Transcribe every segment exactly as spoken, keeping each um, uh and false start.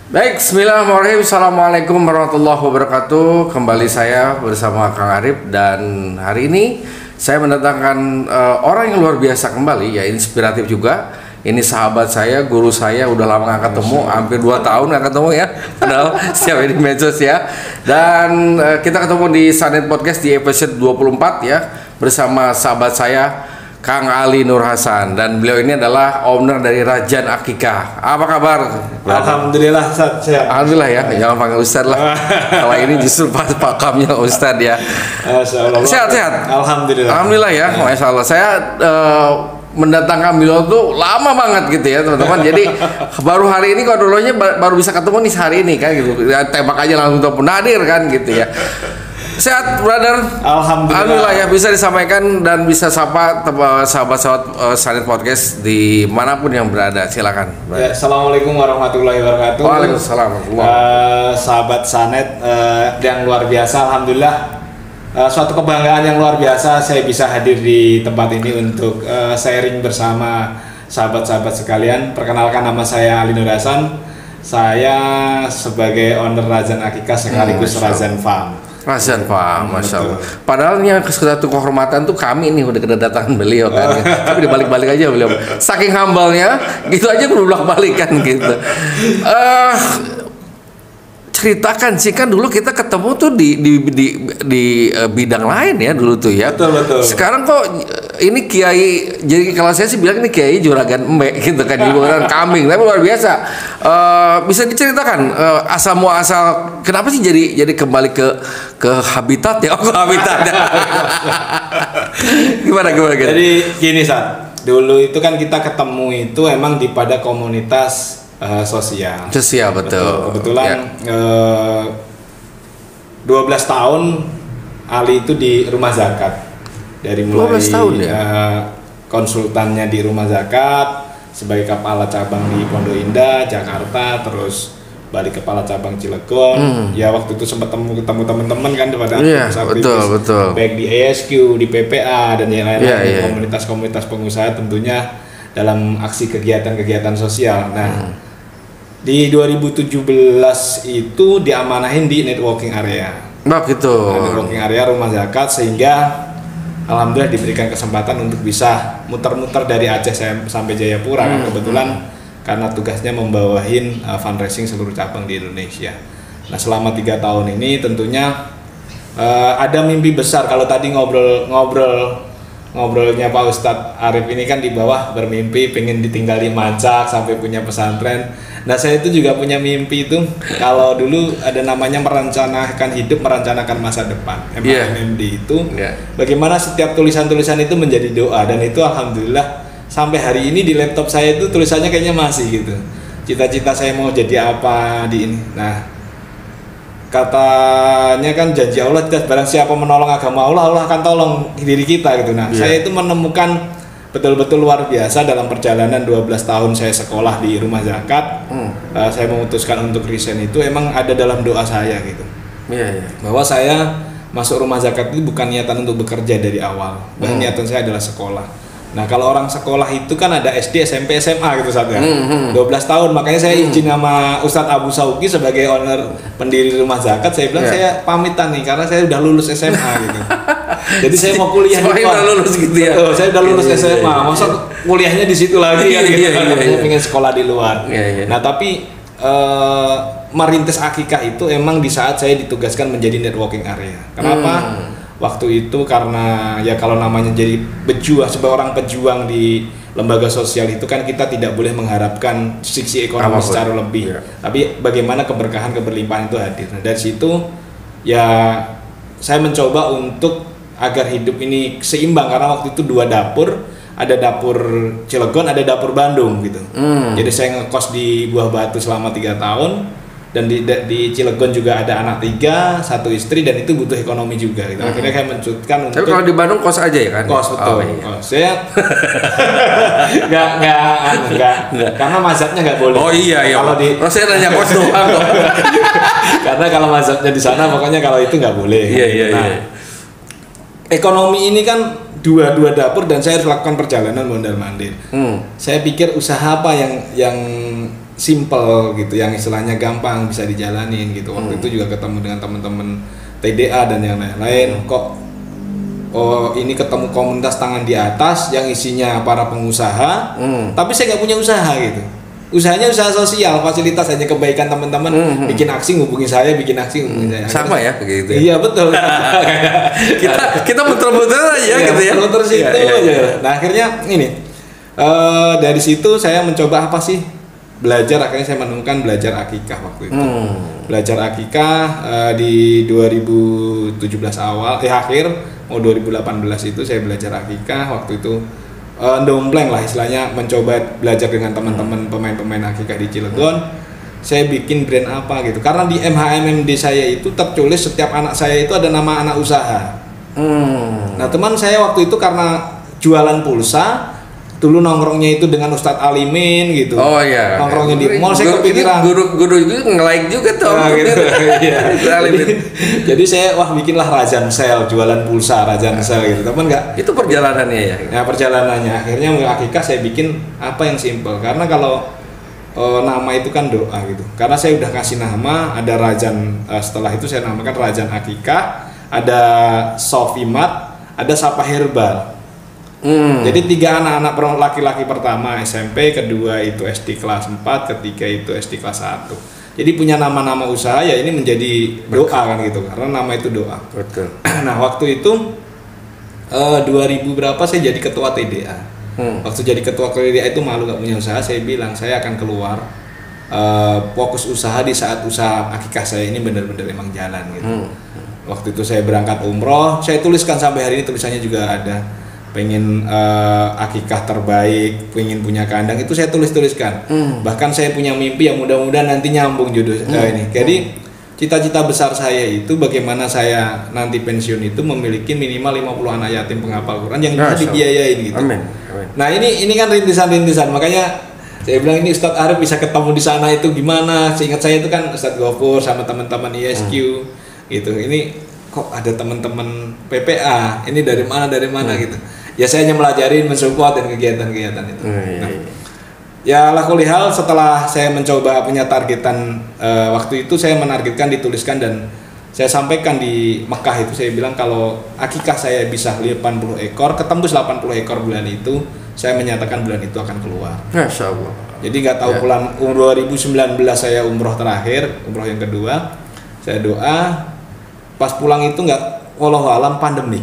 Baik, bismillahirrahmanirrahim. Assalamualaikum warahmatullahi wabarakatuh. Kembali saya bersama Kang Arif, dan hari ini saya mendatangkan uh, orang yang luar biasa kembali, ya inspiratif juga. Ini sahabat saya, guru saya, udah lama gak ketemu, hampir dua tahun gak ketemu ya. Padahal setiap ini medsos ya. Dan uh, kita ketemu di Sanet Podcast di episode dua puluh empat ya, bersama sahabat saya Kang Ali Nur Hasan, dan beliau ini adalah owner dari Rajan Akikah. Apa kabar? Alhamdulillah, Ustaz, sehat. Alhamdulillah ya, jangan panggil Ustaz lah. Kalau ini justru pas pakamnya Ustaz ya. Sehat-sehat. Alhamdulillah. Alhamdulillah ya, Masya Allah. Saya uh, mendatangkan beliau tuh lama banget gitu ya teman-teman. Jadi baru hari ini kalau dulunya baru bisa ketemu nih hari ini kan gitu. Ya, tembak aja langsung telepon hadir kan gitu ya. Sehat, brother. Alhamdulillah. Alhamdulillah ya, bisa disampaikan dan bisa sapa sahabat-sahabat uh, Sanet Podcast di manapun yang berada. Silakan. Ya, Assalamualaikum warahmatullahi wabarakatuh. Waalaikumsalam. Uh, sahabat Sanet uh, yang luar biasa, alhamdulillah. Uh, suatu kebanggaan yang luar biasa saya bisa hadir di tempat ini untuk uh, sharing bersama sahabat-sahabat sekalian. Perkenalkan, nama saya Ali Nur Hasan. Saya sebagai owner Rajan Akikah sekaligus hmm, Rajan Farm. Rajan Pak, Masya Allah. Padahal yang satu kehormatan tuh kami nih udah kedatangan beliau kan, tapi dibalik-balik aja beliau. Saking humble-nya, gitu aja berulang balik kan gitu. Uh, ceritakan sih, kan dulu kita ketemu tuh di di di, di uh, bidang lain ya dulu tuh ya. Betul betul. Sekarang kok ini kiai, jadi kalau saya sih bilang ini kiai juragan embek gitu kan, juragan kambing, tapi luar biasa. Uh, bisa diceritakan uh, asal muasal kenapa sih jadi jadi kembali ke ke habitat ya? Oh, ke habitat. gimana gimana gitu? Jadi gini, Sat. Dulu itu kan kita ketemu itu emang di pada komunitas uh, sosial. Sosial, betul. betul. Kebetulan ya. uh, dua belas tahun Ali itu di rumah zakat. Dari mulai dua belas tahun ya? uh, konsultannya di rumah zakat, sebagai kepala cabang di Pondok Indah, Jakarta, terus balik kepala cabang Cilegon. Hmm. Ya waktu itu sempat ketemu ketemu teman-teman kan pada yeah, betul, betul. baik di A S Q, di P P A dan yang lain-lain, yeah, yeah. komunitas-komunitas pengusaha tentunya dalam aksi kegiatan-kegiatan sosial. Nah, hmm. di dua ribu tujuh belas itu diamanahin di networking area. Nah, gitu. Nah, networking area rumah zakat, sehingga alhamdulillah diberikan kesempatan untuk bisa muter-muter dari Aceh sampai Jayapura. Hmm. Kan kebetulan karena tugasnya membawahin uh, fundraising seluruh cabang di Indonesia. Nah, selama tiga tahun ini tentunya uh, ada mimpi besar. Kalau tadi ngobrol-ngobrol ngobrolnya Pak Ustadz Arif ini kan di bawah bermimpi pengen ditinggal di Mancak sampai punya pesantren. Nah, saya itu juga punya mimpi itu. Kalau dulu ada namanya merencanakan hidup, merencanakan masa depan. M M D yeah. itu yeah. Bagaimana setiap tulisan-tulisan itu menjadi doa, dan itu alhamdulillah sampai hari ini di laptop saya itu tulisannya kayaknya masih gitu. Cita-cita saya mau jadi apa di ini. Nah, katanya kan janji Allah, barang siapa menolong agama Allah, Allah akan tolong diri kita gitu. Nah, yeah. saya itu menemukan betul-betul luar biasa dalam perjalanan dua belas tahun saya sekolah di rumah zakat. Hmm. Uh, saya memutuskan untuk resign itu emang ada dalam doa saya gitu. Yeah, yeah. Bahwa saya masuk rumah zakat itu bukan niatan untuk bekerja dari awal, bahkan hmm. niatan saya adalah sekolah. Nah, kalau orang sekolah itu kan ada S D, S M P, S M A gitu saja. Mm-hmm. dua belas tahun, makanya saya izin sama Ustadz Abu Sauki sebagai owner pendiri rumah zakat. Saya bilang yeah. saya pamitan nih karena saya udah lulus S M A gitu. Jadi saya mau kuliah di luar. lulus gitu ya. Betul, saya udah lulus yeah, S M A. Yeah, masa yeah. kuliahnya di situ lagi kan gitu. Yeah, yeah, yeah, saya pengen sekolah di luar. Yeah, yeah. Nah, tapi uh, merintis akikah itu emang di saat saya ditugaskan menjadi networking area. Kenapa? Hmm. Waktu itu karena ya kalau namanya jadi pejuang, sebagai orang pejuang di lembaga sosial itu kan kita tidak boleh mengharapkan sisi ekonomi Apa secara lebih, ya. Tapi bagaimana keberkahan keberlimpahan itu hadir. Nah, dari situ ya saya mencoba untuk agar hidup ini seimbang, karena waktu itu dua dapur, ada dapur Cilegon, ada dapur Bandung gitu. Hmm. Jadi saya ngekos di Buah Batu selama tiga tahun. Dan di, di Cilegon juga ada anak tiga, satu istri, dan itu butuh ekonomi juga gitu. Akhirnya saya mencuitkan untuk. Tapi kalau di Bandung kos aja ya kan? Kos, betul. Oh, iya. Kos. Saya nggak nggak nggak karena mazhabnya nggak boleh. Oh iya iya. Kalau di oh, saya nanya kos doang. Karena kalau mazhabnya di sana, pokoknya kalau itu nggak boleh. Iya iya nah, iya. Ekonomi ini kan dua dua dapur dan saya harus lakukan perjalanan mondar mandir. Hmm. Saya pikir usaha apa yang yang simple gitu, yang istilahnya gampang bisa dijalanin gitu. Waktu hmm. itu juga ketemu dengan teman-teman T D A dan yang lain-lain. Kok oh ini ketemu komunitas tangan di atas yang isinya para pengusaha, hmm. tapi saya nggak punya usaha gitu. Usahanya usaha sosial, fasilitas hanya kebaikan teman-teman, hmm. bikin aksi ngubungin saya, bikin aksi ngubungin hmm. saya. Sama ya begitu. Iya betul. kita kita muter-muter aja ya, gitu ya. Muter situ ya, ya, aja. Ya. Nah akhirnya ini uh, dari situ saya mencoba apa sih belajar. Akhirnya saya menemukan belajar akikah waktu itu. Hmm. Belajar akikah uh, di dua ribu tujuh belas awal, eh akhir mau dua ribu delapan belas itu saya belajar akikah waktu itu. Uh, dompleng lah istilahnya, mencoba belajar dengan teman-teman pemain-pemain akikah di Cilegon. Saya bikin brand apa gitu, karena di M H M M D saya itu tertulis setiap anak saya itu ada nama anak usaha. hmm. Nah teman saya waktu itu karena jualan pulsa, dulu nongkrongnya itu dengan Ustadz Alimin gitu. Oh iya. Nongkrongnya di mall, saya kepikiran. Guru-guru itu nge-like juga tuh. Nah, gitu. Iya. jadi, jadi saya wah bikinlah Rajan Sel, jualan pulsa Rajan Sel gitu. Teman enggak? Itu perjalanannya ya. Ya perjalanannya. Akhirnya akikah saya bikin apa yang simple. Karena kalau e, nama itu kan doa gitu. Karena saya udah kasih nama, ada Rajan, e, setelah itu saya namakan Rajan Akikah, ada Sofimat, ada Sapa Herbal. Hmm. Jadi tiga anak-anak laki-laki pertama S M P, kedua itu S D kelas empat, ketiga itu S D kelas satu. Jadi punya nama-nama usaha ya ini menjadi doa. Betul. Kan gitu, karena nama itu doa. Betul. Nah waktu itu uh, dua ribu berapa saya jadi ketua T D A. Hmm. Waktu jadi ketua T D A itu malu gak punya usaha, saya bilang saya akan keluar uh, fokus usaha di saat usaha akikah saya ini benar-benar emang jalan gitu. Hmm. Waktu itu saya berangkat umroh, saya tuliskan sampai hari ini tulisannya juga ada. Pengen uh, akikah terbaik, pengen punya kandang, itu saya tulis-tuliskan. Hmm. Bahkan saya punya mimpi yang mudah-mudahan nanti nyambung jodoh hmm. uh, ini. Jadi cita-cita besar saya itu bagaimana saya nanti pensiun itu memiliki minimal lima puluh anak yatim penghafal Quran yang bisa dibiayain gitu. Amin. Amin. Nah ini ini kan rintisan-rintisan, makanya saya bilang ini Ustadz Arif bisa ketemu di sana itu gimana? Seingat saya itu kan Ustadz Gofur sama teman-teman I S Q hmm. gitu. Ini kok ada teman-teman P P A, ini dari mana dari mana hmm. gitu. Ya saya hanya melajarin, mensupport dan kegiatan-kegiatan itu. Hmm, iya, nah, ya lakulihal setelah saya mencoba punya targetan uh, waktu itu saya menargetkan dituliskan dan saya sampaikan di Mekah itu, saya bilang kalau akikah saya bisa delapan puluh ekor, ketembus delapan puluh ekor bulan itu, saya menyatakan bulan itu akan keluar. Masya Allah. Jadi nggak tahu ya. Bulan dua ribu sembilan belas saya umroh terakhir, umroh yang kedua, saya doa. Pas pulang itu nggak, wallahu alam pandemi.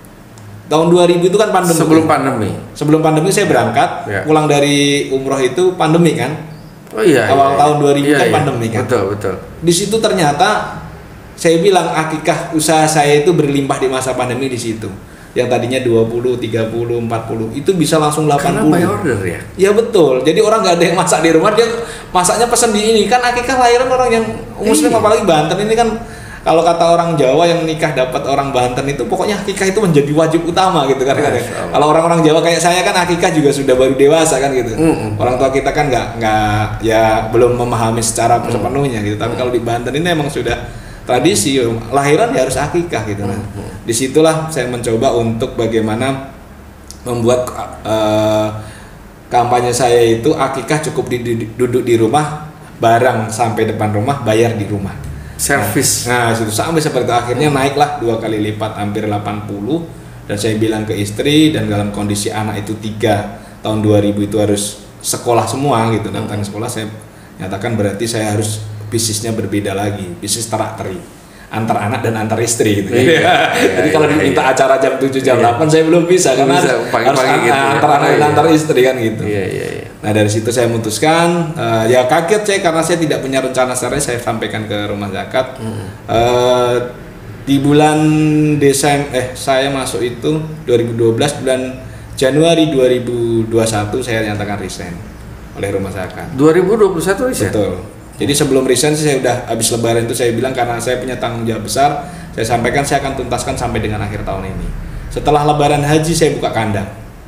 Tahun dua ribu itu kan pandemi. Sebelum pandemi. Sebelum pandemi saya berangkat, ya. Pulang dari umroh itu pandemi kan. Oh iya. Awal iya, tahun dua ribu iya, kan iya. pandemi kan. Betul betul. Di situ ternyata saya bilang akikah usaha saya itu berlimpah di masa pandemi di situ. Yang tadinya dua puluh, tiga puluh, empat puluh itu bisa langsung delapan puluh. Karena by order ya? Ya betul. Jadi orang nggak ada yang masak di rumah, dia masaknya pesan di ini. Kan akikah lahiran orang yang muslim iya. Apalagi Banten ini kan. Kalau kata orang Jawa yang nikah dapat orang Banten itu pokoknya akikah itu menjadi wajib utama gitu kan. Yes, kalau orang-orang Jawa kayak saya kan akikah juga sudah baru dewasa kan gitu. Mm-hmm. Orang tua kita kan nggak nggak ya belum memahami secara sepenuhnya gitu. Tapi mm-hmm. kalau di Banten ini emang sudah tradisi lahiran ya harus akikah gitu kan. Mm-hmm. Disitulah saya mencoba untuk bagaimana membuat uh, kampanye saya itu akikah cukup di, di, duduk di rumah, barang sampai depan rumah, bayar di rumah. Servis. Nah, nah situ sampai seperti itu. Akhirnya naiklah dua kali lipat hampir delapan puluh dan saya bilang ke istri dan dalam kondisi anak itu tiga tahun dua ribu itu harus sekolah semua gitu. Dan hmm. sekolah saya nyatakan berarti saya harus bisnisnya berbeda lagi, bisnis terak-teri antar anak dan antar istri gitu. Iya, iya, jadi iya, kalau diminta iya. acara jam tujuh jam iya. delapan saya belum bisa karena bisa, pagi, harus pagi gitu, antar ya. Anak dan iya. antar istri kan gitu. Iya, iya, iya. Nah dari situ saya memutuskan uh, ya kaget saya karena saya tidak punya rencana secara saya sampaikan ke rumah zakat. Hmm. Uh, di bulan Desember eh saya masuk itu dua ribu dua belas bulan Januari dua ribu dua puluh satu saya nyatakan resign oleh rumah zakat. dua ribu dua puluh satu resign. Betul. Jadi sebelum resign saya udah habis lebaran itu saya bilang karena saya punya tanggung jawab besar, saya sampaikan saya akan tuntaskan sampai dengan akhir tahun ini. Setelah lebaran haji saya buka kandang.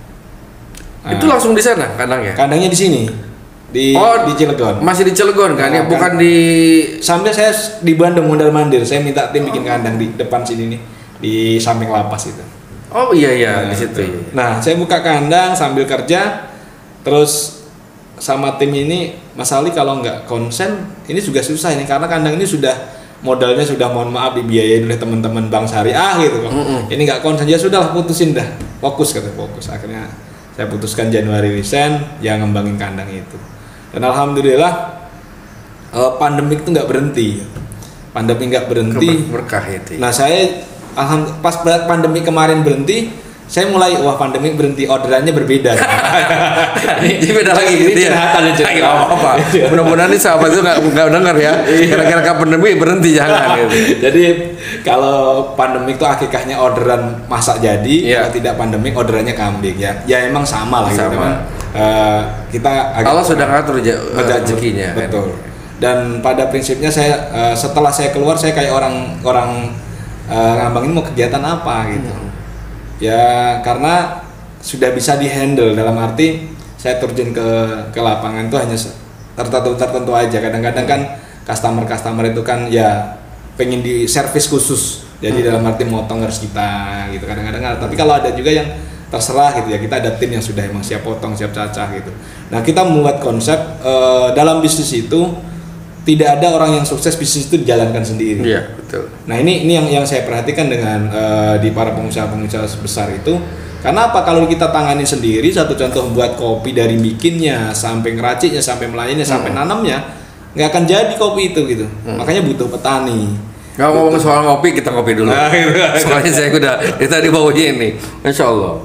Nah, itu langsung di sana kandangnya? Kandangnya di sini. Di oh, di Cilegon. Masih di Cilegon kan? Nah, ya bukan di sambil saya di Bandung mondar-mandir. Saya minta tim bikin kandang di depan sini nih, di samping lapas itu. Oh iya iya nah, di situ. Nah, saya buka kandang sambil kerja terus sama tim ini Mas Ali kalau nggak konsen ini juga susah ini karena kandang ini sudah modalnya sudah mohon maaf dibiayain oleh teman-teman Bank Syariah gitu kok. Mm-hmm. Ini nggak konsen ya sudah putusin dah, fokus kata fokus. Akhirnya saya putuskan Januari resign, ya ngembangin kandang itu. Dan alhamdulillah uh, pandemik itu nggak berhenti, pandemi nggak berhenti. Berkah itu. Nah saya alhamdulillah pas pandemi kemarin berhenti. Saya mulai wah pandemi berhenti orderannya berbeda. Ini beda lagi gitu ya. Ayo apa? Mudah-mudahan ini sahabat itu nggak nggak dengar ya. Kira-kira pandemi berhenti jangan. Gitu. Jadi kalau pandemi itu akikahnya orderan masak jadi, yeah. Kalau tidak pandemi orderannya kambing ya. Ya emang sama lah gitu kan. Uh, kita agak Allah sudah ngatur rezekinya. Betul. Dan pada prinsipnya saya uh, setelah saya keluar saya kayak orang orang uh, ngambang ini mau kegiatan apa gitu. Hmm. Ya karena sudah bisa dihandle dalam arti saya terjun ke ke lapangan itu hanya tertentu tertentu aja. Kadang-kadang kan customer-customer itu kan ya pengen di service khusus. Jadi hmm. dalam arti motong harus kita gitu kadang-kadang. Tapi kalau ada juga yang terserah gitu ya, kita ada tim yang sudah emang siap potong, siap cacah gitu. Nah, kita membuat konsep uh, dalam bisnis itu tidak ada orang yang sukses bisnis itu dijalankan sendiri. Iya, betul. Nah, ini ini yang yang saya perhatikan dengan uh, di para pengusaha-pengusaha besar itu. Karena apa? Kalau kita tangani sendiri, satu contoh buat kopi dari bikinnya sampai ngeraciknya, sampai melayaninya, hmm. sampai nanamnya, nggak akan jadi kopi itu gitu. Hmm. Makanya butuh petani. Nggak ngomong soal ngopi, kita ngopi dulu. Nah, gitu. Soalnya saya udah itu tadi baunya ini, Insya Allah.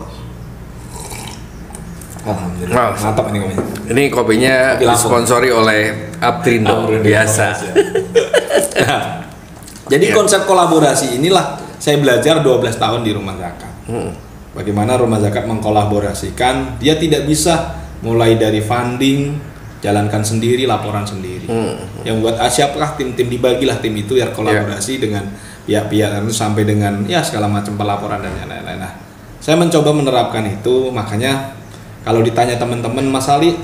Alhamdulillah. Mantap ini kopinya. Ini kopinya disponsori oleh Aptrindo biasa. Nah, jadi ya. Konsep kolaborasi inilah saya belajar dua belas tahun di Rumah Zakat. Hmm. Bagaimana Rumah Zakat mengkolaborasikan, dia tidak bisa mulai dari funding, jalankan sendiri, laporan sendiri. Hmm. Yang buat ah, siapkah tim-tim dibagilah tim itu ya kolaborasi ya. Dengan pihak-pihak itu sampai dengan ya segala macam pelaporan dan lain-lain. Nah, saya mencoba menerapkan itu, makanya kalau ditanya teman-teman Mas Ali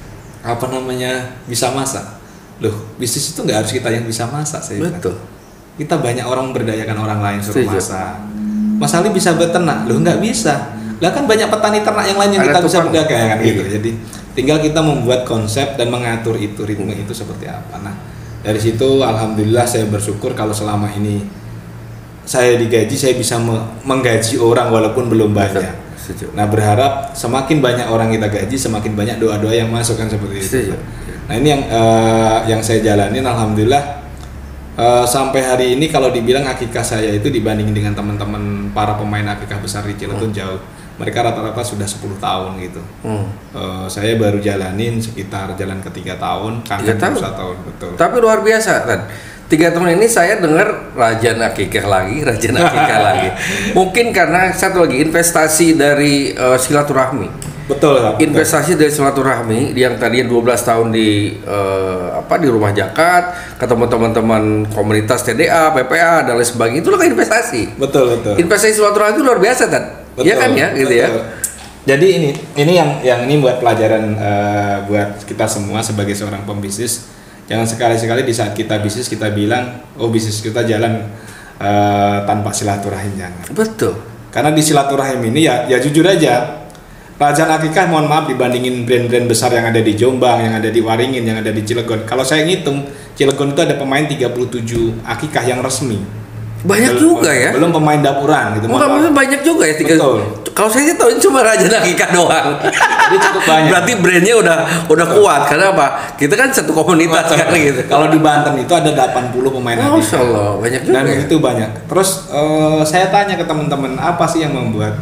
apa namanya bisa masak, loh bisnis itu nggak harus kita yang bisa masak saya. Betul. Bilang. Kita banyak orang berdayakan orang lain suruh Setuju. Masak. Mas Ali bisa beternak, loh nggak bisa. Lah kan banyak petani ternak yang lain yang Ada kita bisa berdagang kan gitu. Jadi tinggal kita membuat konsep dan mengatur itu ritme itu seperti apa. Nah dari situ alhamdulillah saya bersyukur kalau selama ini saya digaji saya bisa menggaji orang walaupun belum banyak. Nah berharap semakin banyak orang kita gaji semakin banyak doa-doa yang masuk kan seperti itu. Setuju. Nah ini yang uh, yang saya jalanin alhamdulillah uh, sampai hari ini kalau dibilang akikah saya itu dibandingin dengan teman-teman para pemain akikah besar di Cilegon hmm. jauh. Mereka rata-rata sudah sepuluh tahun gitu. Hmm. Uh, saya baru jalanin sekitar jalan ketiga tahun, kan satu tahun betul. Tapi luar biasa kan. Tiga tahun ini saya dengar Raja Akikah lagi, Raja Akikah lagi. Mungkin karena satu lagi investasi dari uh, silaturahmi. Betul. Investasi betul. Dari silaturahmi yang tadinya dua belas tahun di uh, apa di Rumah Zakat, ketemu teman-teman komunitas T D A, P P A dan lain sebagainya, itu kan investasi. Betul betul. Investasi silaturahmi itu luar biasa kan? Iya kan ya, gitu betul. Ya. Jadi ini ini yang yang ini buat pelajaran uh, buat kita semua sebagai seorang pembisnis. Jangan sekali-sekali di saat kita bisnis kita bilang, oh bisnis kita jalan uh, tanpa silaturahim, jangan. Betul. Karena di silaturahim ini ya, ya jujur aja, Raja Akikah mohon maaf dibandingin brand-brand besar yang ada di Jombang, yang ada di Waringin, yang ada di Cilegon. Kalau saya ngitung, Cilegon itu ada pemain tiga puluh tujuh akikah yang resmi. Banyak belum, juga ya. Belum pemain dapuran gitu. Bukan, banyak juga ya. Tiga, Betul. Kalau saya tahu cuma Raja Akikah doang. Jadi cukup banyak. Berarti brandnya udah udah Betul. Kuat. Karena apa? Kita kan satu komunitas kan gitu. Kalau di Banten itu ada delapan puluh pemain Akikah. Masya Allah, banyak juga. Dan ya? Itu banyak. Terus uh, saya tanya ke teman-teman, apa sih yang membuat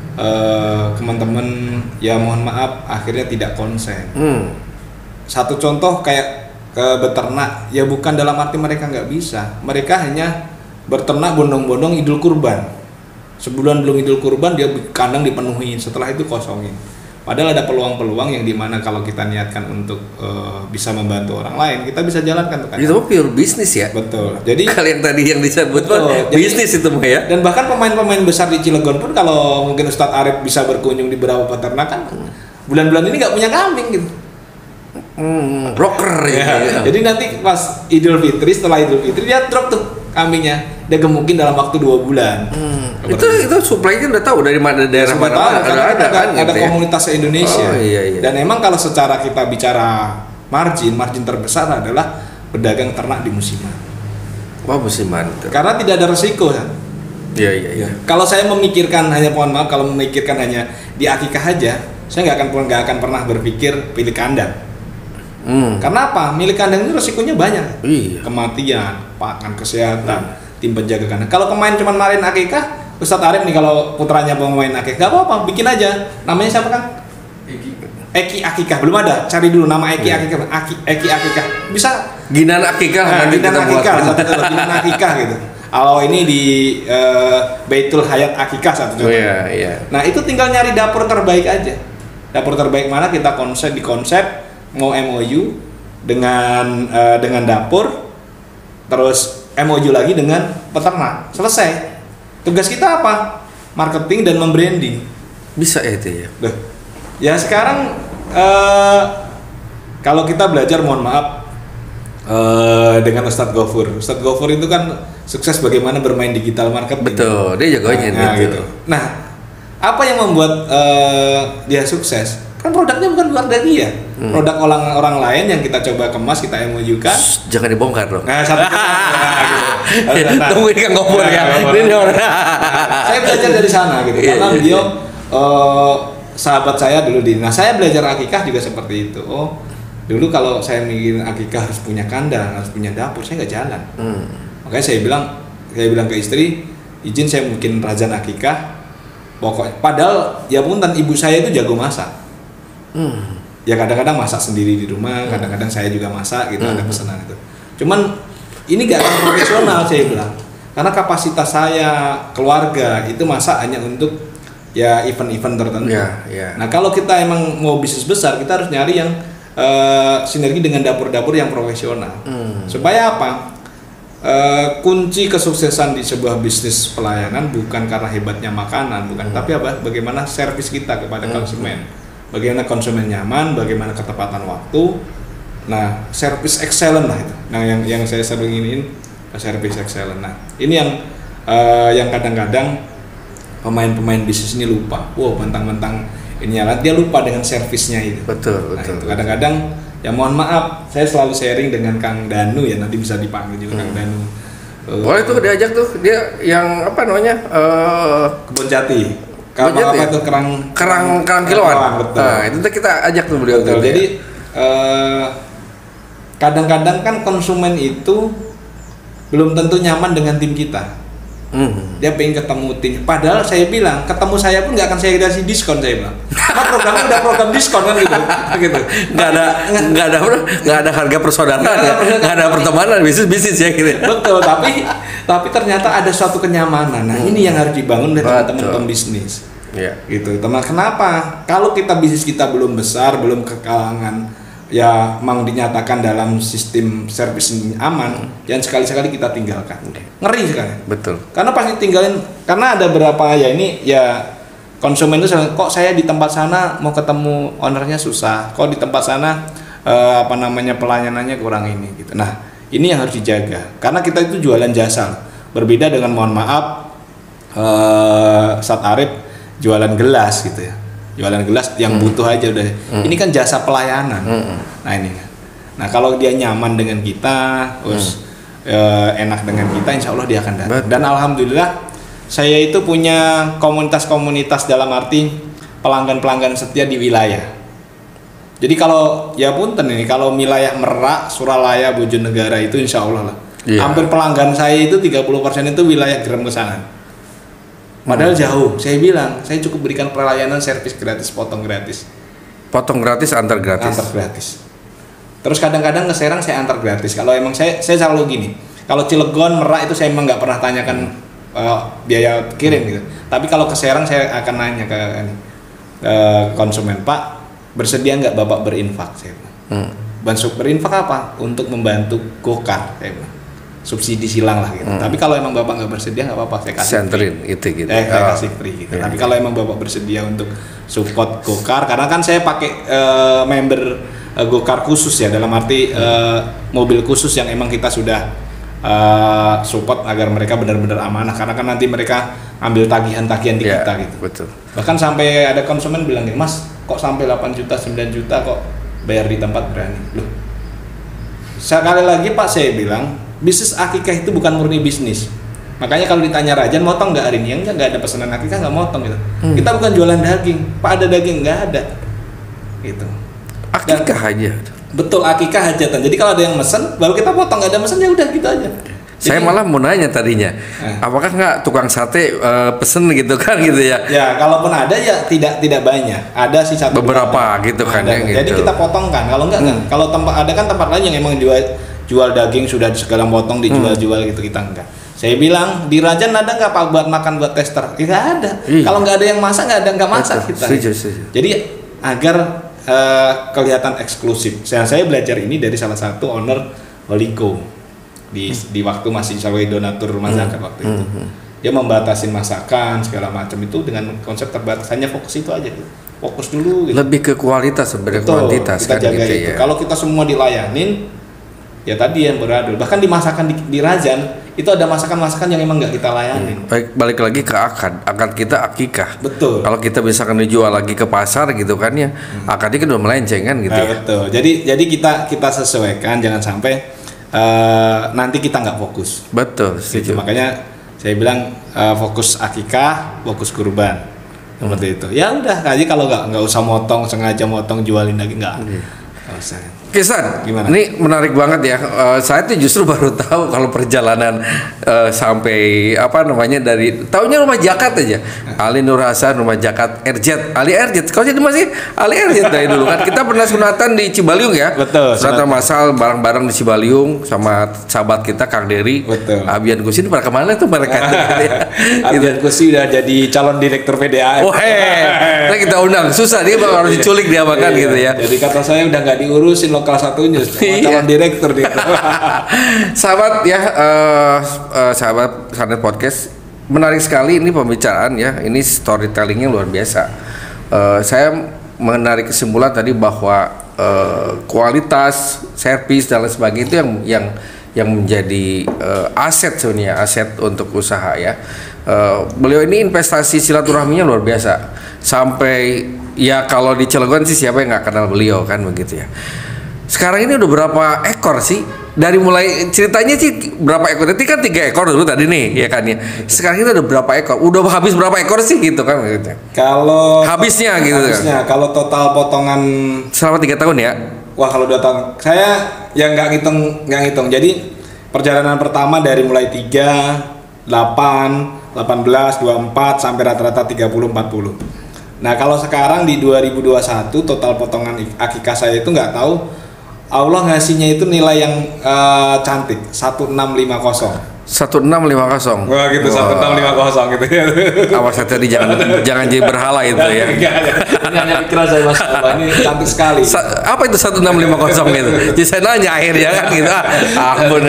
uh, teman-teman ya mohon maaf akhirnya tidak konsen. Hmm. Satu contoh kayak ke beternak, ya bukan dalam arti mereka nggak bisa. Mereka hanya berternak bondong-bondong Idul Kurban. Sebulan belum Idul Kurban dia kandang dipenuhi, setelah itu kosongin. Padahal ada peluang-peluang yang dimana kalau kita niatkan untuk uh, bisa membantu orang lain, kita bisa jalankan tuh kan. Itu pure bisnis ya. Betul. Jadi kalian tadi yang disebut betul, bisnis itu mah ya. Dan bahkan pemain-pemain besar di Cilegon pun kalau mungkin Ustadz Arif bisa berkunjung di beberapa peternakan, hmm. bulan-bulan ini nggak punya kambing gitu. Hmm, broker ya. Ya. Jadi nanti pas Idul Fitri, setelah Idul Fitri dia drop tuh kambingnya, dia gemukin dalam waktu dua bulan. Hmm. Itu itu supply-nya udah tahu dari mana daerah mana, tahu, ada ada, ada, kan, ada gitu komunitas ya? Indonesia. Oh, iya, iya. Dan emang kalau secara kita bicara margin, margin terbesar adalah pedagang ternak di musiman. Wah, musiman. Karena tidak ada resiko kan. Iya iya iya. Kalau saya memikirkan hanya mohon maaf kalau memikirkan hanya di akikah aja, saya nggak akan nggak akan pernah berpikir pilih kandang. Hmm. Karena apa? Milik kandang itu resikonya banyak. Iya. Kematian, pakan, kesehatan, hmm. tim penjaga kandang. Kalau kemarin cuma marin akikah, Ustadz Arif nih kalau putranya mau main akikah, nggak apa-apa, bikin aja. Namanya siapa kan? Eki. Eki Akikah, belum ada. Cari dulu nama Eki yeah. Akikah. Aki, Eki Akikah. Bisa. Ginan Akikah. Nah, Ginan Akikah, satu contoh. Ginan Akikah gitu. Kalau ini di uh, Baitul Hayat Akikah satu contoh. Oh, iya, iya. Nah itu tinggal nyari dapur terbaik aja. Dapur terbaik mana kita konsep di konsep mau M O U dengan uh, dengan dapur, terus M O U lagi dengan peternak. Selesai. Tugas kita apa? Marketing dan membranding. Bisa ya itu ya. Duh. Ya sekarang uh, kalau kita belajar mohon maaf uh, dengan Ustadz Gofur. Ustadz Gofur itu kan sukses bagaimana bermain digital marketing. Betul, dia jagonya nah, gitu. gitu. Nah, apa yang membuat uh, dia sukses? Kan produknya bukan buat dari dia. Hmm. Produk orang orang lain yang kita coba kemas, kita M O U kan. Jangan dibongkar dong. Nah, satu nah, gitu. Tungguin Kang Gofur ya. Saya belajar dari sana gitu. Karena beliau uh, sahabat saya dulu di. Nah, saya belajar akikah juga seperti itu. Oh, dulu kalau saya mikirin akikah harus punya kandang, harus punya dapur, saya nggak jalan. Hmm. Makanya saya bilang, saya bilang ke istri, izin saya mungkin rajin akikah. Pokoknya, padahal ya punten ibu saya itu jago masak. Hmm. Ya kadang-kadang masak sendiri di rumah, kadang-kadang saya juga masak gitu, hmm. ada pesanan itu. Cuman ini gak akan profesional saya bilang, karena kapasitas saya keluarga itu masak hanya untuk ya event-event tertentu. Yeah, yeah. Nah kalau kita emang mau bisnis besar, kita harus nyari yang uh, sinergi dengan dapur-dapur yang profesional. Hmm. Supaya apa? Uh, kunci kesuksesan di sebuah bisnis pelayanan bukan karena hebatnya makanan, bukan, hmm. tapi apa? Bagaimana servis kita kepada hmm. konsumen. Bagaimana konsumen nyaman, bagaimana ketepatan waktu. Nah, servis excellent lah itu. Nah, yang yang saya sering ingin servis excellent. Nah, ini yang uh, yang kadang-kadang pemain-pemain bisnis ini lupa. Wow, mentang-mentang ini alat dia lupa dengan servisnya itu. Betul, nah, betul. Itu kadang-kadang ya mohon maaf, saya selalu sharing dengan Kang Danu ya, nanti bisa dipanggil juga hmm. Kang Danu. Uh, Boleh tuh diajak tuh, dia yang apa namanya? Uh, Kebun Jati. Kalau apa ya? itu kerang kerang kerang kiloan. Kerang, betul. Nah, itu kita ajak tuh beliau tuh. Jadi ya. uh, kadang-kadang kan konsumen itu belum tentu nyaman dengan tim kita. Mm. Dia pengen ketemu tim. Padahal saya bilang ketemu saya pun nggak akan saya kasih diskon, saya bilang. Karena programnya udah program diskon kan gitu, gitu. Nggak ada nggak ada nggak ada harga persaudaraan ya, nggak ada pertemanan bisnis bisnis ya gitu. Betul. Tapi tapi ternyata ada suatu kenyamanan. Nah mm. ini yang harus dibangun oleh teman-teman pembisnis. Ya. Gitu. Teman kenapa? Kalau kita bisnis kita belum besar, belum ke kalangan ya mau dinyatakan dalam sistem servis aman, hmm. jangan sekali-sekali kita tinggalkan. Ngeri sekali. Betul. Karena pasti tinggalin, karena ada berapa ya ini ya konsumen itu kok saya di tempat sana mau ketemu ownernya susah, kok di tempat sana eh, apa namanya pelayanannya kurang ini gitu. Nah ini yang harus dijaga, karena kita itu jualan jasa. Berbeda dengan mohon maaf eh, Ustadz Arif jualan gelas gitu ya. Jualan gelas yang hmm. butuh aja udah. Hmm. Ini kan jasa pelayanan. Hmm. Nah ini. Nah kalau dia nyaman dengan kita, terus hmm. e, enak dengan kita, insya Allah dia akan datang. Betul. Dan alhamdulillah saya itu punya komunitas-komunitas dalam arti pelanggan-pelanggan setia di wilayah. Jadi kalau ya punten ini kalau wilayah Merak, Suralaya, Bojonegara itu insya Allah lah. Yeah. Hampir pelanggan saya itu tiga puluh persen itu wilayah Gerem Kesanan. Padahal hmm. jauh, saya bilang, saya cukup berikan pelayanan servis gratis, potong gratis. Potong gratis, antar gratis. Antar gratis. Terus kadang-kadang ke Serang saya antar gratis. Kalau emang saya, saya selalu gini. Kalau Cilegon, Merak itu saya emang nggak pernah tanyakan hmm. uh, biaya kirim gitu. Tapi kalau ke Serang saya akan nanya ke uh, konsumen, Pak, bersedia nggak Bapak berinfak? Saya bilang. Hmm. Bantu berinfak apa? Untuk membantu Gokar, saya bilang. Subsidi silang lah gitu. Hmm. Tapi kalau emang Bapak nggak bersedia nggak apa-apa, saya kasih. Senterin itu gitu. Eh, saya oh. kasih free gitu. Yeah. Tapi kalau emang Bapak bersedia untuk support Gokar, karena kan saya pakai uh, member uh, Gokar khusus ya, dalam arti uh, mobil khusus yang emang kita sudah uh, support agar mereka benar-benar amanah, karena kan nanti mereka ambil tagihan-tagihan di ya, kita gitu. Betul. Bahkan sampai ada konsumen bilang, Mas, kok sampai delapan juta, sembilan juta kok bayar di tempat berani? Loh, sekali lagi Pak, saya bilang bisnis akikah itu bukan murni bisnis. Makanya kalau ditanya Rajan motong nggak hari ini, ya enggak, nggak ada pesanan akikah, nggak motong gitu. Hmm. Kita bukan jualan daging, Pak, ada daging nggak ada, gitu. Akikah Dan, aja. Betul, akikah hajatan. Jadi kalau ada yang mesen, baru kita potong. Nggak ada mesen ya udah gitu aja. Saya Jadi, malah mau nanya tadinya, eh. apakah nggak tukang sate uh, pesen gitu kan gitu ya? Ya, kalaupun ada ya tidak tidak banyak. Ada sih satu beberapa gitu kan ya. Jadi gitu. kita potong kan. Kalau enggak, hmm. kalau tempat ada kan tempat lain yang emang jual jual daging sudah segala potong dijual-jual hmm. gitu, kita enggak. Saya bilang di Rajan ada nggak Pak buat makan buat tester? Tidak ada. Iya. Kalau nggak ada yang masak, nggak ada nggak masak Betul. kita. Setuju, setuju. Jadi agar uh, kelihatan eksklusif. Saya saya belajar ini dari salah satu owner Holiko di hmm. di waktu masih sebagai donatur rumah zakat hmm. waktu itu. Hmm. Dia membatasin masakan segala macam itu dengan konsep terbatas, hanya fokus itu aja. Fokus dulu. Gitu. Lebih ke kualitas sebenarnya, kuantitas kita kan jaga gitu itu. ya. Kalau kita semua dilayanin, ya tadi yang beradul. Bahkan di masakan di, di Rajan itu ada masakan-masakan yang emang nggak kita layanin. Hmm. Baik, balik lagi ke akad, akad kita akikah. Betul. Kalau kita misalkan dijual lagi ke pasar gitu kan ya, hmm. akadnya kan udah melenceng kan gitu. Nah, ya. Betul. Jadi jadi kita kita sesuaikan, jangan sampai uh, nanti kita nggak fokus. Betul. Gitu. Makanya saya bilang uh, fokus akikah, fokus kurban. Seperti hmm. itu. Ya udah, jadi kalau nggak nggak usah motong, sengaja motong jualin lagi nggak. Hmm. Nggak usah. Kisan, gimana? Ini menarik banget ya. Uh, saya tuh justru baru tahu kalau perjalanan uh, sampai apa namanya dari tahunya rumah Jakat aja. Ali Nur Hasan rumah Jakat R J, Ali R J. Kau jadi masih Ali R J dari dulu kan. Kita pernah sunatan di Cibaliung ya. Betul. Sunatan masal bareng-bareng di Cibaliung sama sahabat kita Kang Dery. Betul. Abian Kusin pada kemana tuh mereka? Abian Kusin udah jadi calon direktur P D A. Oh heh, nah, kita undang. Susah dia bakal harus diculik dia makan iya, gitu ya. Jadi kata saya udah nggak diurusin lokal satunya, calon direktur dia. Sahabat ya, uh, uh, sahabat Sanet Podcast, menarik sekali ini pembicaraan ya. Ini storytellingnya luar biasa. Uh, saya menarik kesimpulan tadi bahwa uh, kualitas, servis dan lain sebagainya itu yang yang yang menjadi uh, aset sebenarnya, aset untuk usaha ya. Uh, beliau ini investasi silaturahminya luar biasa. Sampai ya kalau di Cilegon sih siapa yang nggak kenal beliau kan begitu ya. Sekarang ini udah berapa ekor sih? Dari mulai ceritanya sih berapa ekor? Tadi kan tiga ekor dulu tadi nih, ya kan ya. Sekarang itu udah berapa ekor? Udah habis berapa ekor sih gitu kan? Gitu. Kalau habisnya gitu habisnya, kan? Kalau total potongan selama tiga tahun ya? Wah kalau dua tahun, saya yang nggak ngitung nggak ngitung. Jadi perjalanan pertama dari mulai tiga, delapan, delapan belas, dua puluh empat sampai rata-rata tiga puluh, empat puluh. Nah kalau sekarang di dua ribu dua puluh satu total potongan akikah saya itu nggak tahu. Allah ngasihnya itu nilai yang uh, cantik satu enam lima nol. satu enam lima nol. Wah gitu, satu enam lima nol gitu ya. Awas tadi jangan jangan jadi berhala itu ya. Ini hanya pikiran saya Mas Allah, ini cantik sekali. Sa- apa itu satu enam lima nol itu? Jadi saya nanya akhirnya kan gitu. Ah, ampun.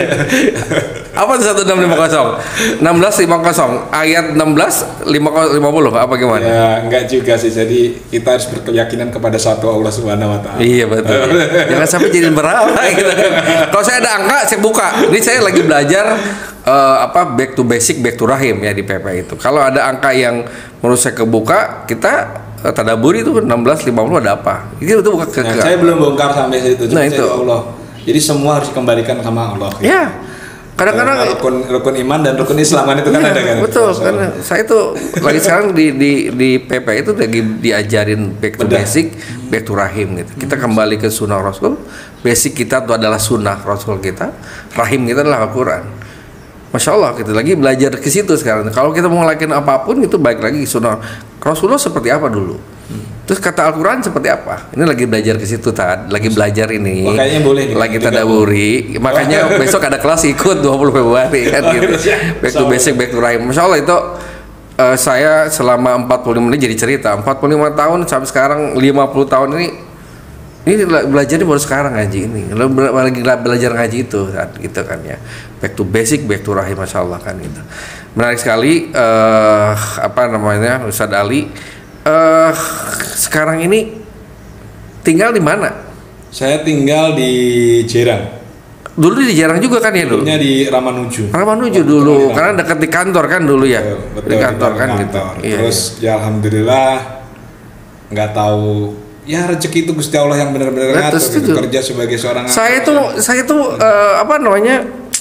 Apa itu satu enam lima nol? enam belas lima nol ayat enam belas lima puluh apa gimana? Ya enggak juga sih. Jadi kita harus berkeyakinan kepada satu Allah Subhanahu wa taala. Iya betul. Jangan sampai jadi berhala gitu. Kalau saya ada angka saya buka. Ini saya lagi belajar uh, apa back to basic, back to rahim ya di P P itu. Kalau ada angka yang menurut saya kebuka, kita uh, tadaburi itu enam belas lima puluh ada apa? Itu itu buka ke. Nah, saya belum bongkar sampai situ. Nah, itu Allah. Jadi semua harus dikembalikan sama Allah. Gitu. Ya. Kadang-kadang rukun rukun iman dan rukun Islam kan itu kan ya, ada kan. Betul, so, karena saya tuh lagi sekarang di di di P P itu lagi diajarin back to Bedah. basic, back to rahim gitu. Kita kembali ke sunnah Rasul. Basic kita itu adalah sunnah Rasul kita, rahim kita adalah Al-Quran. Masya Allah, kita lagi belajar ke situ sekarang. Kalau kita mau ngelakuin apapun itu baik lagi sunnah Rasulullah seperti apa dulu. Terus kata Al-Quran seperti apa? Ini lagi belajar ke situ Tad, lagi belajar ini. Makanya boleh lagi tadaburi. Makanya besok ada kelas ikut dua puluh Februari kan gitu. Back to basic, back to rahim. Masya Allah itu uh, saya selama empat puluh lima menit jadi cerita. empat puluh lima tahun sampai sekarang lima puluh tahun ini ini belajarnya baru sekarang ngaji ini. Lagi belajar ngaji itu Tad, gitu kan ya. Back to basic, back to rahim, Masya Allah kan gitu. Menarik sekali uh, apa namanya Ustadz Ali. Uh, sekarang ini tinggal di mana? Saya tinggal di Jerang. dulu di jarang juga kan ya dulu. Dulunya di Ramanuju. Ramanuju dulu, karena dekat di kantor kan dulu ya. Betul, betul, di kantor di kan kantor. gitu. Terus iya, ya alhamdulillah nggak tahu ya rezeki itu Gusti Allah yang benar-benar ngatur gitu, kerja sebagai seorang. Saya tuh saya tuh uh, apa namanya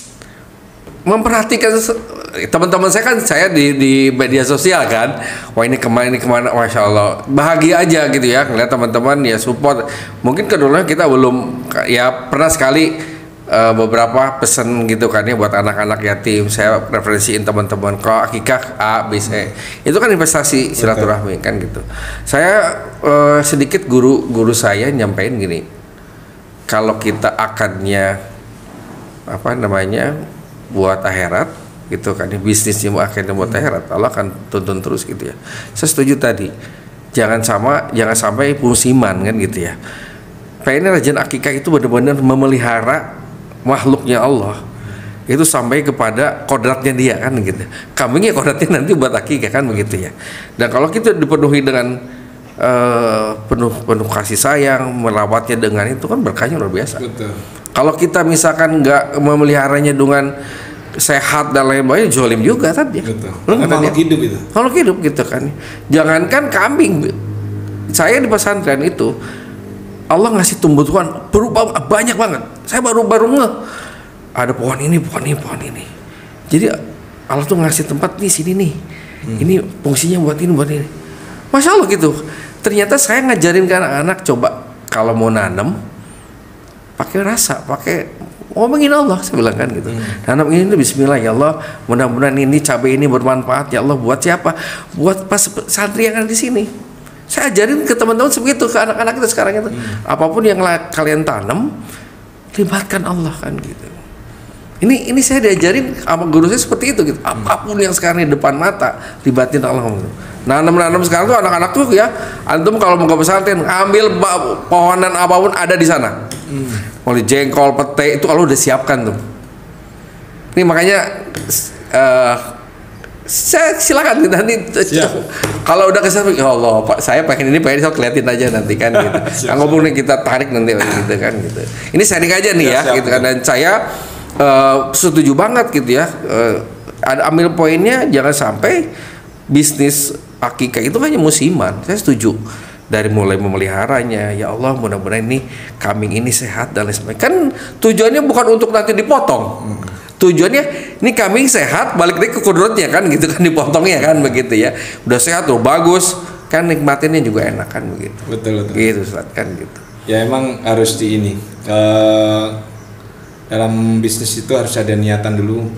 memperhatikan teman-teman saya kan, saya di di media sosial kan, wah ini kemana ini kemana, masya Allah bahagia aja gitu ya ngeliat teman-teman ya support. Mungkin kedulunya kita belum ya pernah sekali uh, beberapa pesan gitu kan ya buat anak-anak yatim, saya referensiin teman-teman kalau akikah A B C itu kan investasi silaturahmi kan gitu. Saya uh, sedikit guru guru saya nyampein gini, kalau kita akadnya apa namanya buat akhirat gitu kan, bisnisnya mau akhirnya buat akhirat, Allah akan tuntun terus gitu ya. Saya setuju tadi, jangan sama jangan sampai musiman kan gitu ya. Pengennya rajin akikah itu benar-benar memelihara makhluknya Allah itu sampai kepada kodratnya dia kan gitu. Kambingnya kodratnya nanti buat akikah kan begitu ya. Dan kalau kita dipenuhi dengan uh, penuh penuh kasih sayang, merawatnya dengan itu kan berkahnya luar biasa. Betul. Kalau kita misalkan nggak memeliharanya dengan sehat dan lain sebagainya, jolim juga tadi. Betul. Makhluk hidup itu. Makhluk hidup gitu kan. Jangankan kambing, saya di pesantren itu Allah ngasih tumbuhan berupa banyak banget. Saya baru baru nge ada pohon ini, pohon ini, pohon ini. Jadi Allah tuh ngasih tempat di sini nih. Hmm. Ini fungsinya buat ini, buat ini. Masya Allah gitu. Ternyata saya ngajarin ke anak-anak, coba kalau mau nanam pakai rasa, pakai ngomongin Allah, saya bilang kan gitu. Hmm. Nanam ini bismillah ya Allah, mudah-mudahan ini cabai ini bermanfaat ya Allah buat siapa? Buat pas santri yang ada di sini. Saya ajarin ke teman-teman sebegitu, ke anak-anak kita sekarang itu. Hmm. Apapun yang kalian tanam, libatkan Allah kan gitu. Ini ini saya diajarin sama guru saya seperti itu gitu. Apapun yang sekarang di depan mata, libatin Allah gitu. Nanam-nanam sekarang tuh anak-anak tuh ya, antum kalau mau ke pesantren, ambil pohonan apapun ada di sana. Hmm. Mulai jengkol, pete itu Allah udah siapkan tuh. Ini makanya uh, saya silakan nanti kalau udah kesana, ya Allah Pak, saya pengen ini pengen saya keliatin aja nanti kan gitu. Kan ngomongnya kita tarik nanti gitu kan gitu. Ini sharing aja nih ya, ya gitu kan. Dan saya uh, setuju banget gitu ya. Uh, ada ambil poinnya, jangan sampai bisnis akikah itu hanya musiman. Saya setuju. Dari mulai memeliharanya, ya Allah mudah-mudahan ini kambing ini sehat dan lain sebagainya. Kan tujuannya bukan untuk nanti dipotong. Hmm. Tujuannya ini kambing sehat, balik lagi ke kudratnya kan gitu kan, dipotongnya kan begitu ya. Udah sehat tuh bagus, kan nikmatinnya juga enak kan begitu. Betul betul. Gitu Ustaz kan gitu. Ya emang harus di ini. Uh, dalam bisnis itu harus ada niatan dulu.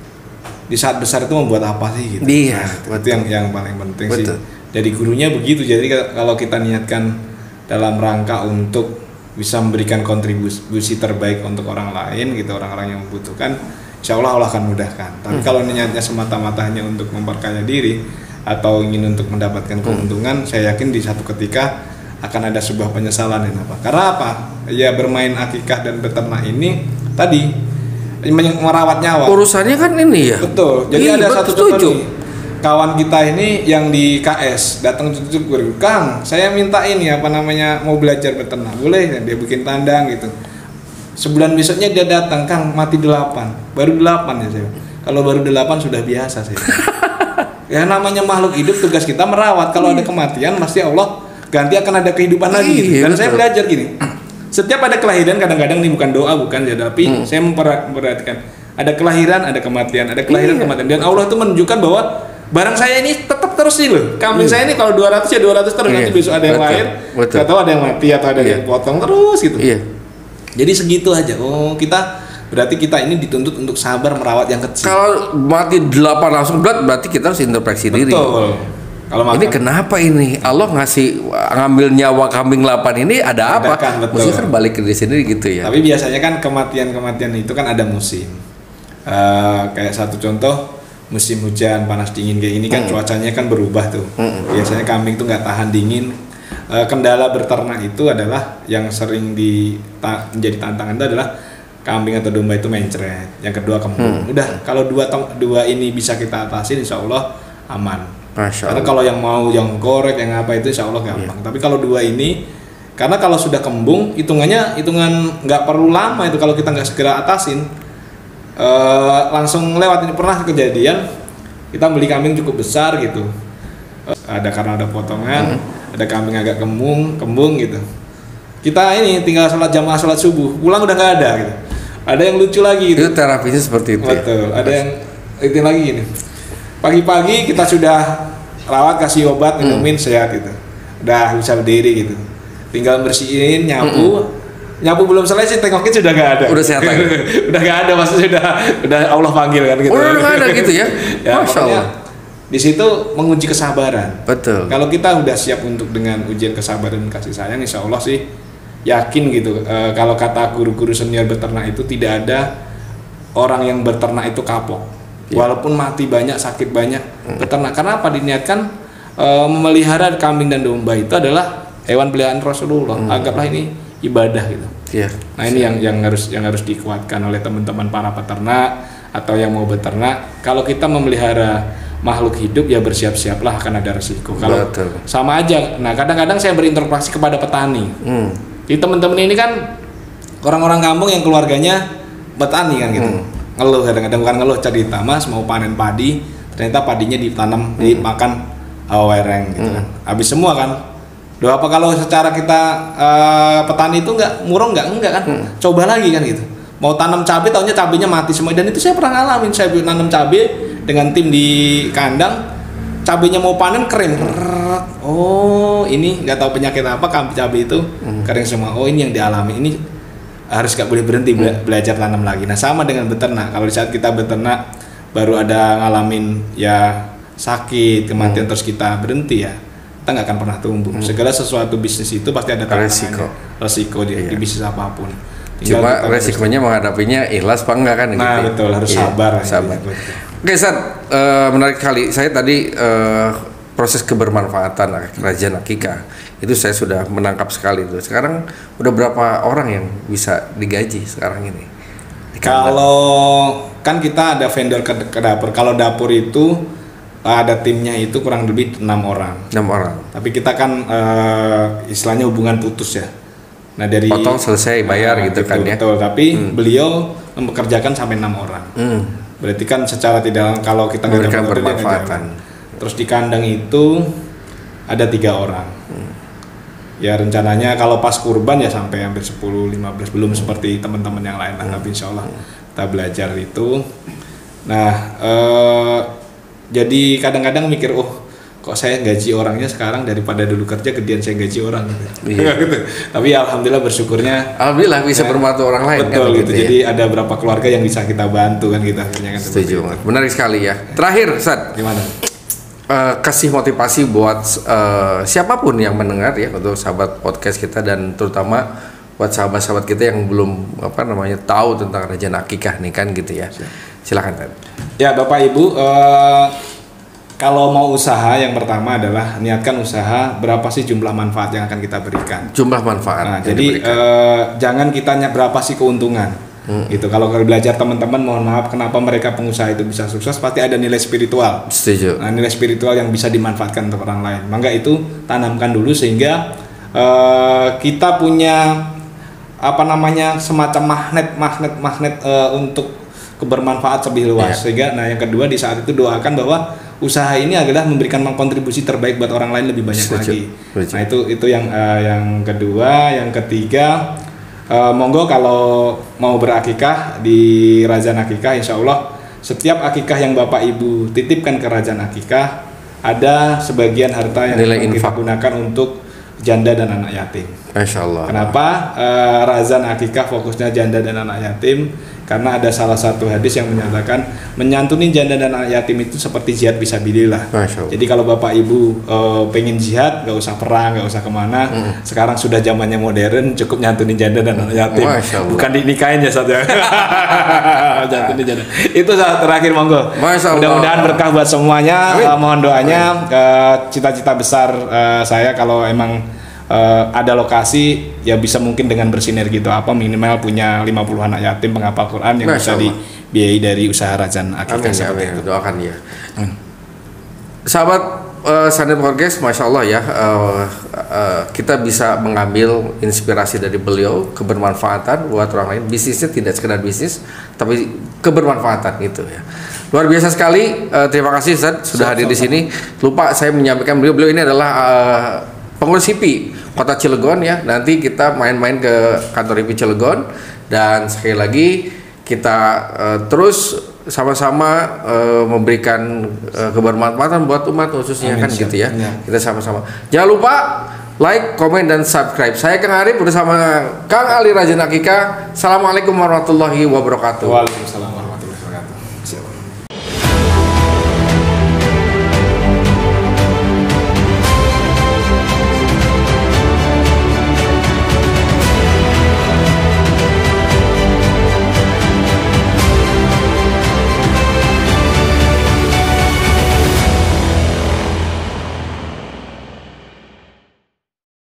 Di saat besar itu membuat apa sih gitu. Iya, nah, itu yang yang paling penting betul. Sih. Dari gurunya begitu, jadi kalau kita niatkan dalam rangka untuk bisa memberikan kontribusi terbaik untuk orang lain gitu, orang-orang yang membutuhkan, insya Allah Allah akan mudahkan. Tapi hmm. kalau niatnya semata-mata hanya untuk memperkaya diri atau ingin untuk mendapatkan keuntungan, hmm. saya yakin di satu ketika akan ada sebuah penyesalan. Apa? Karena apa? Ya bermain akikah dan beternak ini tadi merawat nyawa. Urusannya kan ini ya. Betul. Jadi Ih, ada satu contoh nih. Kawan kita ini yang di K S datang cucuk gue, Kang, saya minta ini apa namanya mau belajar beternak, boleh? Dia bikin tandang gitu. Sebulan besoknya dia datang, Kang, mati delapan, baru delapan ya saya. Kalau baru delapan sudah biasa saya. Ya namanya makhluk hidup, tugas kita merawat. Kalau ada kematian, pasti Allah ganti akan ada kehidupan lagi. Dan saya belajar gini, setiap ada kelahiran kadang-kadang ini bukan doa bukan ya, tapi hmm. saya memperhatikan ada kelahiran, ada kematian, ada kelahiran, iya. kematian. Dan Allah itu menunjukkan bahwa barang saya ini tetap terus nih loh. Kambing hmm. saya ini kalau dua ratus ya dua ratus terus. Iya. Nanti besok ada yang betul, lahir, nggak tahu ada yang mati atau ada iya. yang potong terus gitu. Iya. Jadi segitu aja. Oh kita berarti kita ini dituntut untuk sabar merawat yang kecil. Kalau mati delapan langsung berat, berarti kita harus introspeksi diri. Betul. Kalau ini kenapa ini Allah ngasih ngambil nyawa kambing delapan ini ada apa? Mesti kan balik ke diri sendiri gitu ya. Tapi biasanya kan kematian-kematian itu kan ada musim. Uh, kayak satu contoh. Musim hujan panas dingin kayak ini kan hmm. cuacanya kan berubah tuh. Hmm. Biasanya kambing tuh nggak tahan dingin. E, kendala berternak itu adalah yang sering di ta, menjadi tantangan itu adalah kambing atau domba itu mencret. Yang kedua kembung. Hmm. Udah kalau dua dua ini bisa kita atasi, insya Allah aman. Masya Karena Allah. Kalau yang mau yang korek yang apa itu insya Allah gampang. Yeah. Tapi kalau dua ini Karena kalau sudah kembung, hitungannya hitungan nggak perlu lama itu kalau kita nggak segera atasin, e, langsung lewat. Ini pernah kejadian kita beli kambing cukup besar gitu, e, ada karena ada potongan, hmm. ada kambing agak kembung, kembung gitu. Kita ini tinggal sholat jamaah sholat subuh, pulang udah nggak ada gitu. Ada yang lucu lagi gitu. Itu terapinya seperti itu. Betul. Ya? Ada yang itu lagi gini. Pagi-pagi kita sudah rawat, kasih obat, minumin hmm. sehat gitu. Udah bisa berdiri gitu. Tinggal bersihin, nyapu, mm-hmm. nyapu belum selesai, tengoknya sudah nggak ada. Udah sehat lagi. Udah nggak ada, maksudnya sudah udah Allah panggil kan gitu. Udah nggak ada gitu ya. Ya Masya Allah. Di situ menguji kesabaran. Betul. Kalau kita udah siap untuk dengan ujian kesabaran dan kasih sayang, insya Allah sih yakin gitu. E, kalau kata guru-guru senior beternak itu tidak ada orang yang beternak itu kapok. Ya. Walaupun mati banyak, sakit banyak, hmm. beternak. Karena apa? Diniatkan e, memelihara kambing dan domba itu adalah hewan peliharaan Rasulullah, hmm. anggaplah ini ibadah gitu. Iya. Nah ini yang yang harus yang harus dikuatkan oleh teman-teman para peternak atau yang mau beternak. Kalau kita memelihara makhluk hidup ya bersiap-siaplah akan ada resiko. Kalau Betul. sama aja. Nah kadang-kadang saya berinteraksi kepada petani. Hmm. Jadi teman-teman ini kan orang-orang kampung yang keluarganya petani kan gitu. Hmm. Ngeluh kadang-kadang bukan ngeluh, cerita mas mau panen padi, ternyata padinya ditanam, hmm. dimakan awereng gitu hmm. kan. Habis semua kan. Loh apa kalau secara kita uh, petani itu nggak murung nggak enggak kan? Hmm. Coba lagi kan gitu. Mau tanam cabai taunya cabainya mati semua, dan itu saya pernah ngalamin. Saya nanam cabai dengan tim di kandang, cabainya mau panen kering. Oh ini nggak tahu penyakit apa cabai itu hmm. kering semua. Oh ini yang dialami, ini harus nggak boleh berhenti hmm. belajar tanam lagi. Nah sama dengan beternak. Kalau di saat kita beternak baru ada ngalamin ya sakit kematian hmm. terus kita berhenti ya, kita nggak akan pernah tumbuh. Hmm. Segala sesuatu bisnis itu pasti ada resiko, resiko di, iya. di bisnis apapun. Tinggal cuma resikonya menghadapinya ikhlas apa enggak kan? Nah gitu. Betul harus iya, sabar. Sabar. Gitu. Oke San, uh, menarik sekali. Saya tadi uh, proses kebermanfaatan kerajaan akikah itu saya sudah menangkap sekali itu. Sekarang udah berapa orang yang bisa digaji sekarang ini? Kalau kan kita ada vendor ke, ke dapur. Kalau dapur itu ada timnya itu kurang lebih enam orang. enam orang. Tapi kita kan uh, istilahnya hubungan putus ya. Nah dari potong selesai bayar nah, gitu betul, kan ya. Betul. Tapi hmm. beliau mempekerjakan sampai enam orang. Hmm. Berarti kan secara tidak kalau kita memberikan bermanfaatan. Terus di kandang itu ada tiga orang. Hmm. Ya rencananya kalau pas kurban ya sampai hampir sepuluh lima belas belum hmm. seperti teman-teman yang lain lah. Hmm. Tapi insya Allah kita belajar itu. Nah. Uh, Jadi kadang-kadang mikir, oh kok saya gaji orangnya sekarang daripada dulu kerja gedean saya gaji orang gitu. Iya. gitu. Tapi alhamdulillah bersyukurnya. Alhamdulillah bisa ya, bermantu orang lain. Betul kan, gitu. Ya. Jadi ada berapa keluarga yang bisa kita bantu kan kita. Kan, setuju. Menarik sekali ya. Terakhir, Ustaz. Gimana? Uh, kasih motivasi buat uh, siapapun yang mendengar ya untuk sahabat podcast kita dan terutama buat sahabat-sahabat kita yang belum apa namanya tahu tentang kerajaan akikah nih kan gitu ya. Silakan Tad. Ya Bapak Ibu, uh, kalau mau usaha yang pertama adalah niatkan usaha berapa sih jumlah manfaat yang akan kita berikan. Jumlah manfaat. Nah, jadi uh, jangan kita nyap berapa sih keuntungan. Hmm. Gitu. Kalau belajar teman-teman, mohon maaf kenapa mereka pengusaha itu bisa sukses pasti ada nilai spiritual. Setuju. Nah, nilai spiritual yang bisa dimanfaatkan untuk orang lain. Maka itu tanamkan dulu sehingga uh, kita punya apa namanya semacam magnet magnet magnet uh, untuk kebermanfaat lebih luas. Yeah. Sehingga nah yang kedua di saat itu doakan bahwa usaha ini adalah memberikan kontribusi terbaik buat orang lain lebih banyak Setuju. lagi. Setuju. Nah itu itu yang uh, yang kedua, yang ketiga uh, monggo kalau mau berakikah di Rajaan Akikah, insya Allah setiap akikah yang Bapak Ibu titipkan ke Rajaan Akikah ada sebagian harta yang nilai kita infak. gunakan untuk janda dan anak yatim. Masya Allah. Kenapa uh, Rajaan Akikah fokusnya janda dan anak yatim? Karena ada salah satu hadis yang menyatakan menyantuni janda dan anak yatim itu seperti jihad fisabilillah. Jadi kalau Bapak Ibu uh, pengen jihad, nggak usah perang, nggak usah kemana. Hmm. Sekarang sudah zamannya modern, cukup nyantuni janda dan anak yatim. Bukan dinikahin ya saja. Nyantuni janda. Itu saat terakhir monggo. Mudah-mudahan berkah buat semuanya. Uh, mohon doanya. Uh, cita-cita besar uh, saya kalau emang Uh, ada lokasi ya bisa mungkin dengan bersinergi itu apa minimal punya lima puluh anak yatim penghafal Quran yang Masya bisa Allah. dibiayai dari usaha Rajaan Akikah. Amin, amin. Doakan ya. Hmm. Sahabat uh, Sunday Podcast, masya Allah ya, uh, uh, kita bisa mengambil inspirasi dari beliau, kebermanfaatan buat orang lain. Bisnisnya tidak sekedar bisnis, tapi kebermanfaatan gitu ya. Luar biasa sekali. Uh, terima kasih Ustaz sudah hadir di sini. Lupa saya menyampaikan beliau beliau ini adalah uh, pengurus I P I Kota Cilegon ya. Nanti kita main-main ke kantor I P I Cilegon dan sekali lagi kita uh, terus sama-sama uh, memberikan uh, kebermanfaatan buat umat khususnya. Amin, kan gitu ya. Ya. Kita sama-sama. Jangan lupa like, komen dan subscribe. Saya Kang Arif bersama Kang Ali Raja Akikah. Assalamualaikum warahmatullahi wabarakatuh. Waalaikumsalam.